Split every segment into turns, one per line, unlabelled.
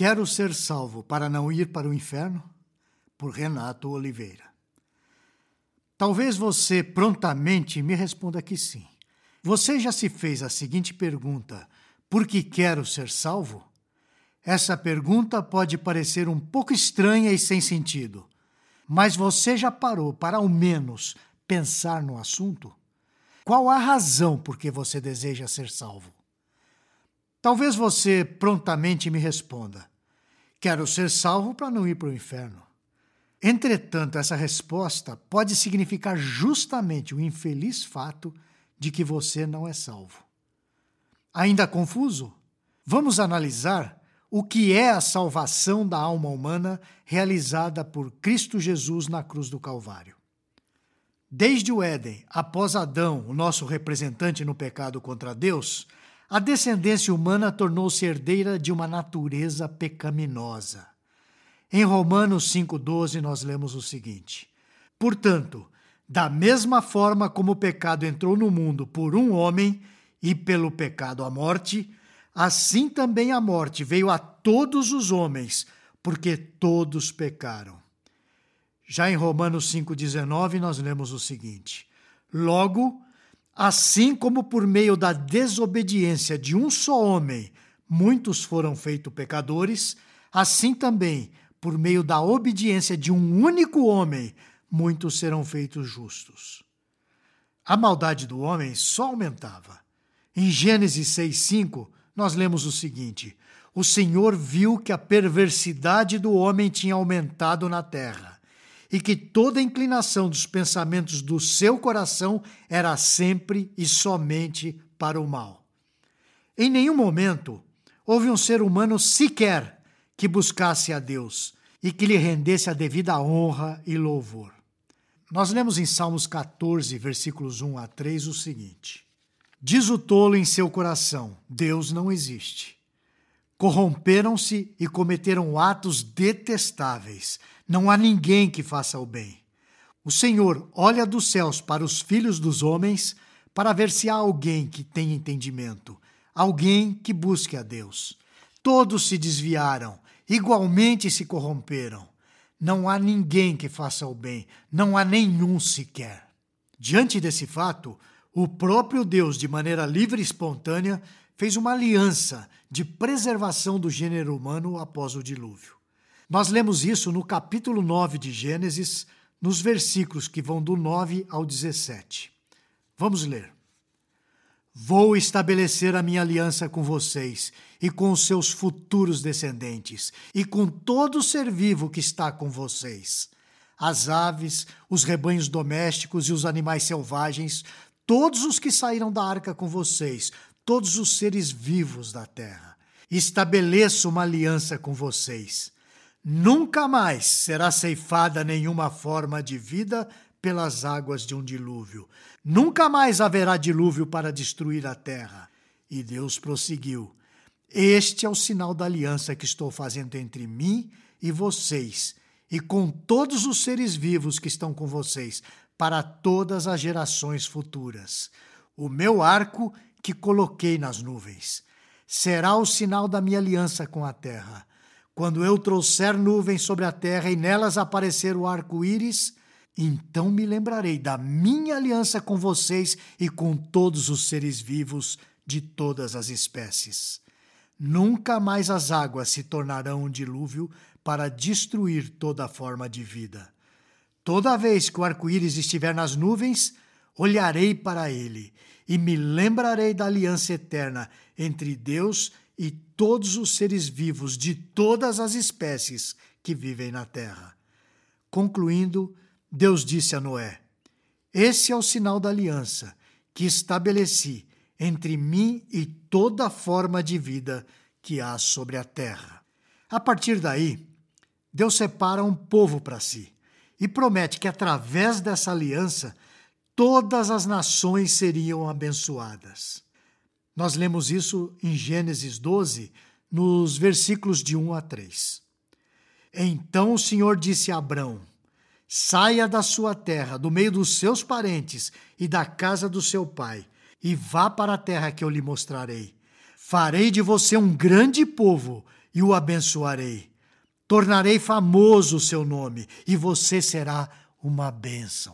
Quero ser salvo para não ir para o inferno? Por Renato Oliveira. Talvez você prontamente me responda que sim. Você já se fez a seguinte pergunta: por que quero ser salvo? Essa pergunta pode parecer um pouco estranha e sem sentido, mas você já parou para ao menos pensar no assunto? Qual a razão por que você deseja ser salvo? Talvez você prontamente me responda: quero ser salvo para não ir para o inferno. Entretanto, essa resposta pode significar justamente o infeliz fato de que você não é salvo. Ainda confuso? Vamos analisar o que é a salvação da alma humana realizada por Cristo Jesus na cruz do Calvário. Desde o Éden, após Adão, o nosso representante no pecado contra Deus, a descendência humana tornou-se herdeira de uma natureza pecaminosa. Em Romanos 5,12 nós lemos o seguinte: portanto, da mesma forma como o pecado entrou no mundo por um homem e pelo pecado a morte, assim também a morte veio a todos os homens, porque todos pecaram. Já em Romanos 5,19 nós lemos o seguinte: logo, assim como por meio da desobediência de um só homem muitos foram feitos pecadores, assim também, por meio da obediência de um único homem, muitos serão feitos justos. A maldade do homem só aumentava. Em Gênesis 6,5, nós lemos o seguinte: o Senhor viu que a perversidade do homem tinha aumentado na terra, e que toda a inclinação dos pensamentos do seu coração era sempre e somente para o mal. Em nenhum momento houve um ser humano sequer que buscasse a Deus e que lhe rendesse a devida honra e louvor. Nós lemos em Salmos 14, versículos 1 a 3 o seguinte: diz o tolo em seu coração: Deus não existe. Corromperam-se e cometeram atos detestáveis. Não há ninguém que faça o bem. O Senhor olha dos céus para os filhos dos homens para ver se há alguém que tenha entendimento, alguém que busque a Deus. Todos se desviaram, igualmente se corromperam. Não há ninguém que faça o bem, não há nenhum sequer. Diante desse fato, o próprio Deus, de maneira livre e espontânea, fez uma aliança de preservação do gênero humano após o dilúvio. Nós lemos isso no capítulo 9 de Gênesis, nos versículos que vão do 9 ao 17. Vamos ler. Vou estabelecer a minha aliança com vocês e com os seus futuros descendentes e com todo ser vivo que está com vocês. As aves, os rebanhos domésticos e os animais selvagens, todos os que saíram da arca com vocês, todos os seres vivos da terra. Estabeleço uma aliança com vocês. Nunca mais será ceifada nenhuma forma de vida pelas águas de um dilúvio. Nunca mais haverá dilúvio para destruir a terra. E Deus prosseguiu: este é o sinal da aliança que estou fazendo entre mim e vocês, e com todos os seres vivos que estão com vocês, para todas as gerações futuras. O meu arco que coloquei nas nuvens será o sinal da minha aliança com a terra. Quando eu trouxer nuvens sobre a terra e nelas aparecer o arco-íris, então me lembrarei da minha aliança com vocês e com todos os seres vivos de todas as espécies. Nunca mais as águas se tornarão um dilúvio para destruir toda forma de vida. Toda vez que o arco-íris estiver nas nuvens, olharei para ele e me lembrarei da aliança eterna entre Deus e todos os seres vivos de todas as espécies que vivem na terra. Concluindo, Deus disse a Noé: esse é o sinal da aliança que estabeleci entre mim e toda forma de vida que há sobre a terra. A partir daí, Deus separa um povo para si e promete que através dessa aliança todas as nações seriam abençoadas. Nós lemos isso em Gênesis 12, nos versículos de 1 a 3. Então o Senhor disse a Abrão: saia da sua terra, do meio dos seus parentes e da casa do seu pai, e vá para a terra que eu lhe mostrarei. Farei de você um grande povo, e o abençoarei. Tornarei famoso o seu nome, e você será uma bênção.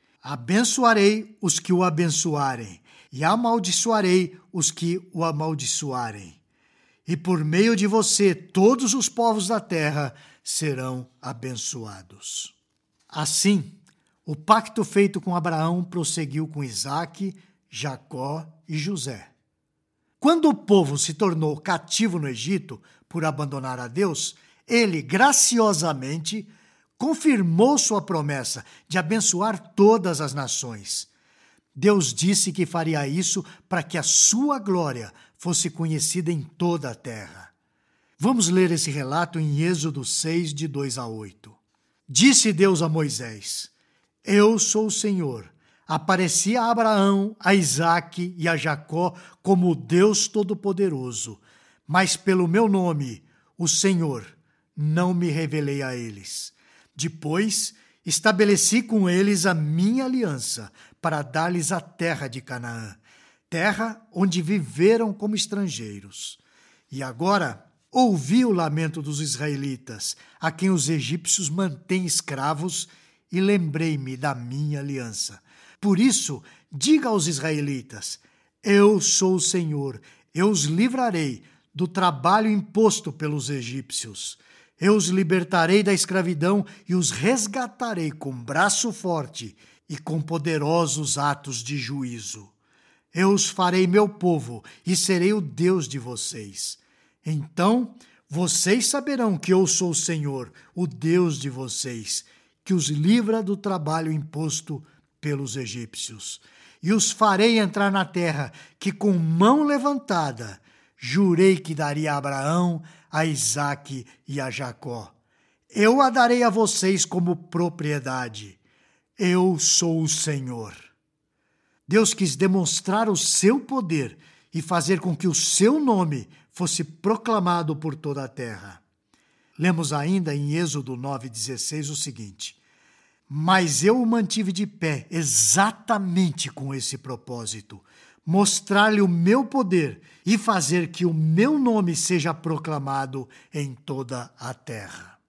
Abençoarei os que o abençoarem, e amaldiçoarei os que o amaldiçoarem. E por meio de você, todos os povos da terra serão abençoados. Assim, o pacto feito com Abraão prosseguiu com Isaque, Jacó e José. Quando o povo se tornou cativo no Egito por abandonar a Deus, ele graciosamente confirmou sua promessa de abençoar todas as nações. Deus disse que faria isso para que a sua glória fosse conhecida em toda a terra. Vamos ler esse relato em Êxodo 6, de 2 a 8. Disse Deus a Moisés: Eu sou o Senhor. Apareci a Abraão, a Isaque e a Jacó como Deus Todo-Poderoso, mas pelo meu nome, o Senhor, não me revelei a eles. Depois, estabeleci com eles a minha aliança para dar-lhes a terra de Canaã, terra onde viveram como estrangeiros. E agora, ouvi o lamento dos israelitas, a quem os egípcios mantêm escravos, e lembrei-me da minha aliança. Por isso, diga aos israelitas: Eu sou o Senhor, eu os livrarei do trabalho imposto pelos egípcios. Eu os libertarei da escravidão e os resgatarei com braço forte e com poderosos atos de juízo. Eu os farei meu povo e serei o Deus de vocês. Então, vocês saberão que eu sou o Senhor, o Deus de vocês, que os livra do trabalho imposto pelos egípcios. E os farei entrar na terra que com mão levantada jurei que daria a Abraão, a Isaque e a Jacó. Eu a darei a vocês como propriedade. Eu sou o Senhor. Deus quis demonstrar o seu poder e fazer com que o seu nome fosse proclamado por toda a terra. Lemos ainda em Êxodo 9,16 o seguinte: Mas eu o mantive de pé exatamente com esse propósito, mostrar-lhe o meu poder e fazer que o meu nome seja proclamado em toda a terra.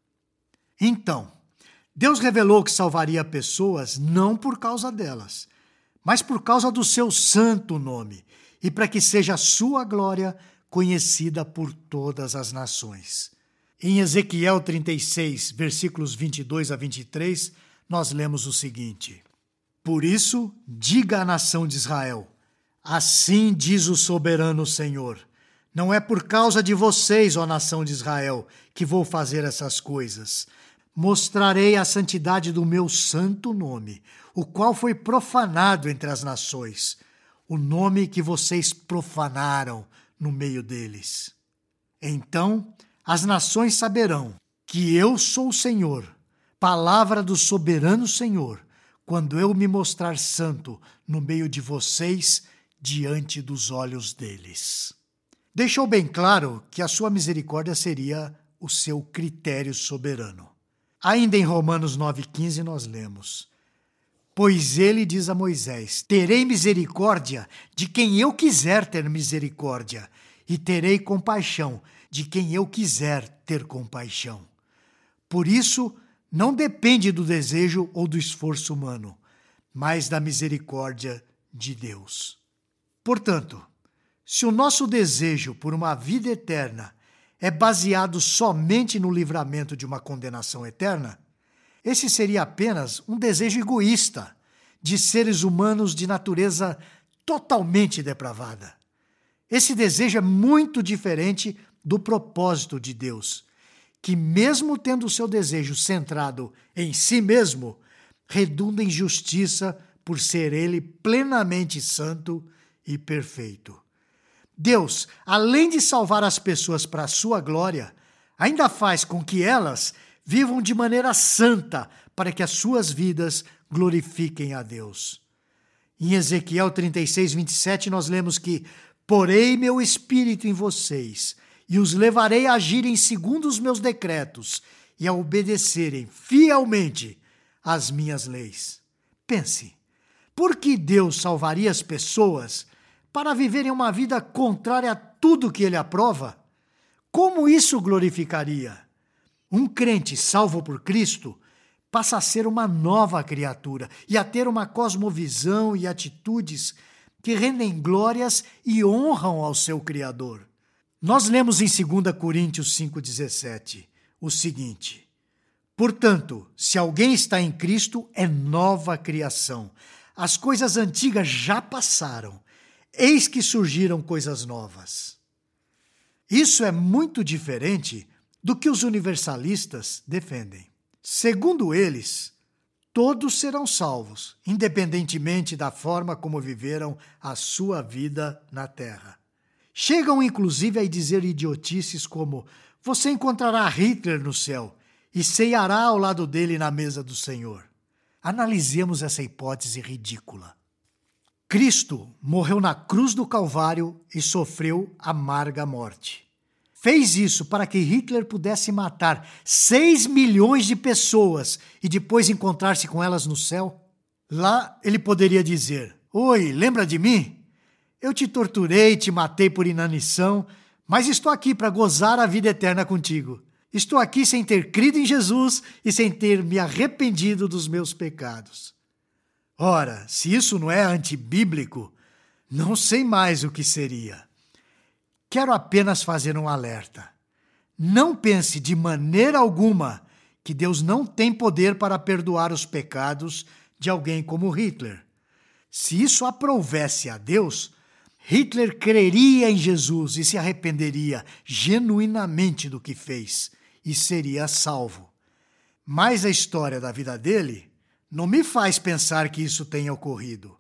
Então, Deus revelou que salvaria pessoas não por causa delas, mas por causa do seu santo nome, e para que seja a sua glória conhecida por todas as nações. Em Ezequiel 36, versículos 22 a 23, nós lemos o seguinte: Por isso, diga à nação de Israel: Assim diz o soberano Senhor: Não é por causa de vocês, ó nação de Israel, que vou fazer essas coisas. Mostrarei a santidade do meu santo nome, o qual foi profanado entre as nações, o nome que vocês profanaram no meio deles. Então as nações saberão que eu sou o Senhor, palavra do soberano Senhor, quando eu me mostrar santo no meio de vocês, diante dos olhos deles. Deixou bem claro que a sua misericórdia seria o seu critério soberano. Ainda em Romanos 9,15 nós lemos: Pois ele diz a Moisés: Terei misericórdia de quem eu quiser ter misericórdia, e terei compaixão de quem eu quiser ter compaixão. Por isso, não depende do desejo ou do esforço humano, mas da misericórdia de Deus. Portanto, se o nosso desejo por uma vida eterna é baseado somente no livramento de uma condenação eterna, esse seria apenas um desejo egoísta de seres humanos de natureza totalmente depravada. Esse desejo é muito diferente do propósito de Deus, que mesmo tendo o seu desejo centrado em si mesmo, redunda em justiça por ser ele plenamente santo e perfeito. Deus, além de salvar as pessoas para a sua glória, ainda faz com que elas vivam de maneira santa para que as suas vidas glorifiquem a Deus. Em Ezequiel 36, 27, nós lemos que porei meu espírito em vocês e os levarei a agirem segundo os meus decretos e a obedecerem fielmente às minhas leis. Pense, por que Deus salvaria as pessoas para viverem uma vida contrária a tudo que ele aprova? Como isso glorificaria? Um crente salvo por Cristo passa a ser uma nova criatura e a ter uma cosmovisão e atitudes que rendem glórias e honram ao seu Criador. Nós lemos em 2 Coríntios 5,17 o seguinte: portanto, se alguém está em Cristo, é nova criação. As coisas antigas já passaram, eis que surgiram coisas novas. Isso é muito diferente do que os universalistas defendem. Segundo eles, todos serão salvos, independentemente da forma como viveram a sua vida na terra. Chegam inclusive a dizer idiotices como: você encontrará Hitler no céu e ceiará ao lado dele na mesa do Senhor. Analisemos essa hipótese ridícula. Cristo morreu na cruz do Calvário e sofreu amarga morte. Fez isso para que Hitler pudesse matar 6 milhões de pessoas e depois encontrar-se com elas no céu? Lá ele poderia dizer: oi, lembra de mim? Eu te torturei, te matei por inanição, mas estou aqui para gozar a vida eterna contigo. Estou aqui sem ter crido em Jesus e sem ter me arrependido dos meus pecados. Ora, se isso não é antibíblico, não sei mais o que seria. Quero apenas fazer um alerta. Não pense de maneira alguma que Deus não tem poder para perdoar os pecados de alguém como Hitler. Se isso aprovesse a Deus, Hitler creria em Jesus e se arrependeria genuinamente do que fez e seria salvo. Mas a história da vida dele não me faz pensar que isso tenha ocorrido.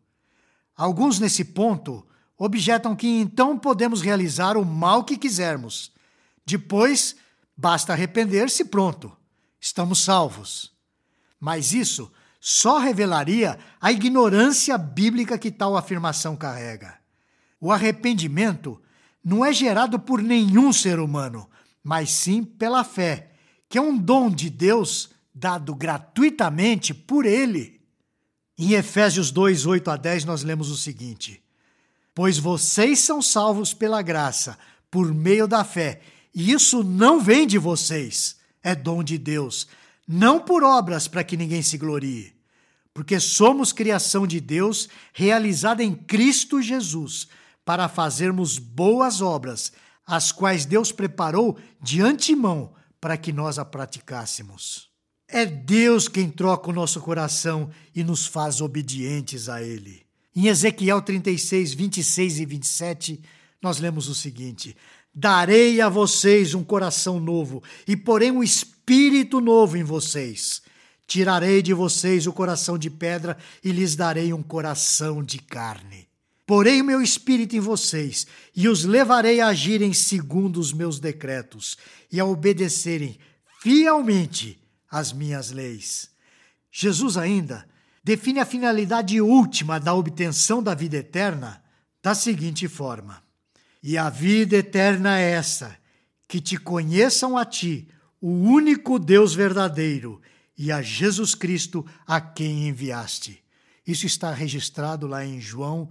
Alguns nesse ponto objetam que então podemos realizar o mal que quisermos. Depois, basta arrepender-se e pronto, estamos salvos. Mas isso só revelaria a ignorância bíblica que tal afirmação carrega. O arrependimento não é gerado por nenhum ser humano, mas sim pela fé, que é um dom de Deus dado gratuitamente por Ele. Em Efésios 2, 8 a 10, nós lemos o seguinte: pois vocês são salvos pela graça, por meio da fé, e isso não vem de vocês, é dom de Deus, não por obras para que ninguém se glorie, porque somos criação de Deus, realizada em Cristo Jesus, para fazermos boas obras, as quais Deus preparou de antemão para que nós a praticássemos. É Deus quem troca o nosso coração e nos faz obedientes a Ele. Em Ezequiel 36, 26 e 27, nós lemos o seguinte: darei a vocês um coração novo e porei um espírito novo em vocês. Tirarei de vocês o coração de pedra e lhes darei um coração de carne. Porei o meu espírito em vocês e os levarei a agirem segundo os meus decretos e a obedecerem fielmente as minhas leis. Jesus ainda define a finalidade última da obtenção da vida eterna da seguinte forma: e a vida eterna é essa, que te conheçam a ti, o único Deus verdadeiro, e a Jesus Cristo a quem enviaste. Isso está registrado lá em João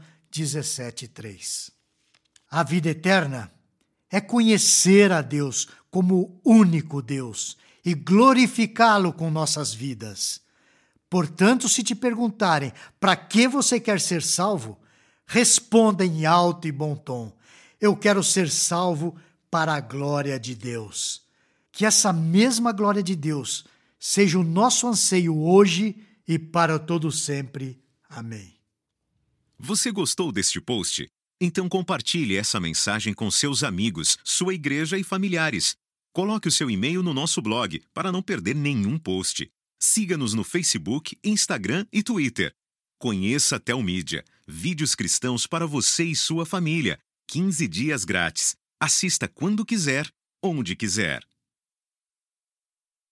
17:3. A vida eterna é conhecer a Deus como único Deus e glorificá-lo com nossas vidas. Portanto, se te perguntarem para que você quer ser salvo, responda em alto e bom tom: eu quero ser salvo para a glória de Deus. Que essa mesma glória de Deus seja o nosso anseio hoje e para todo sempre. Amém.
Você gostou deste post? Então compartilhe essa mensagem com seus amigos, sua igreja e familiares. Coloque o seu e-mail no nosso blog para não perder nenhum post. Siga-nos no Facebook, Instagram e Twitter. Conheça a Telmídia, vídeos cristãos para você e sua família. 15 dias grátis. Assista quando quiser, onde quiser.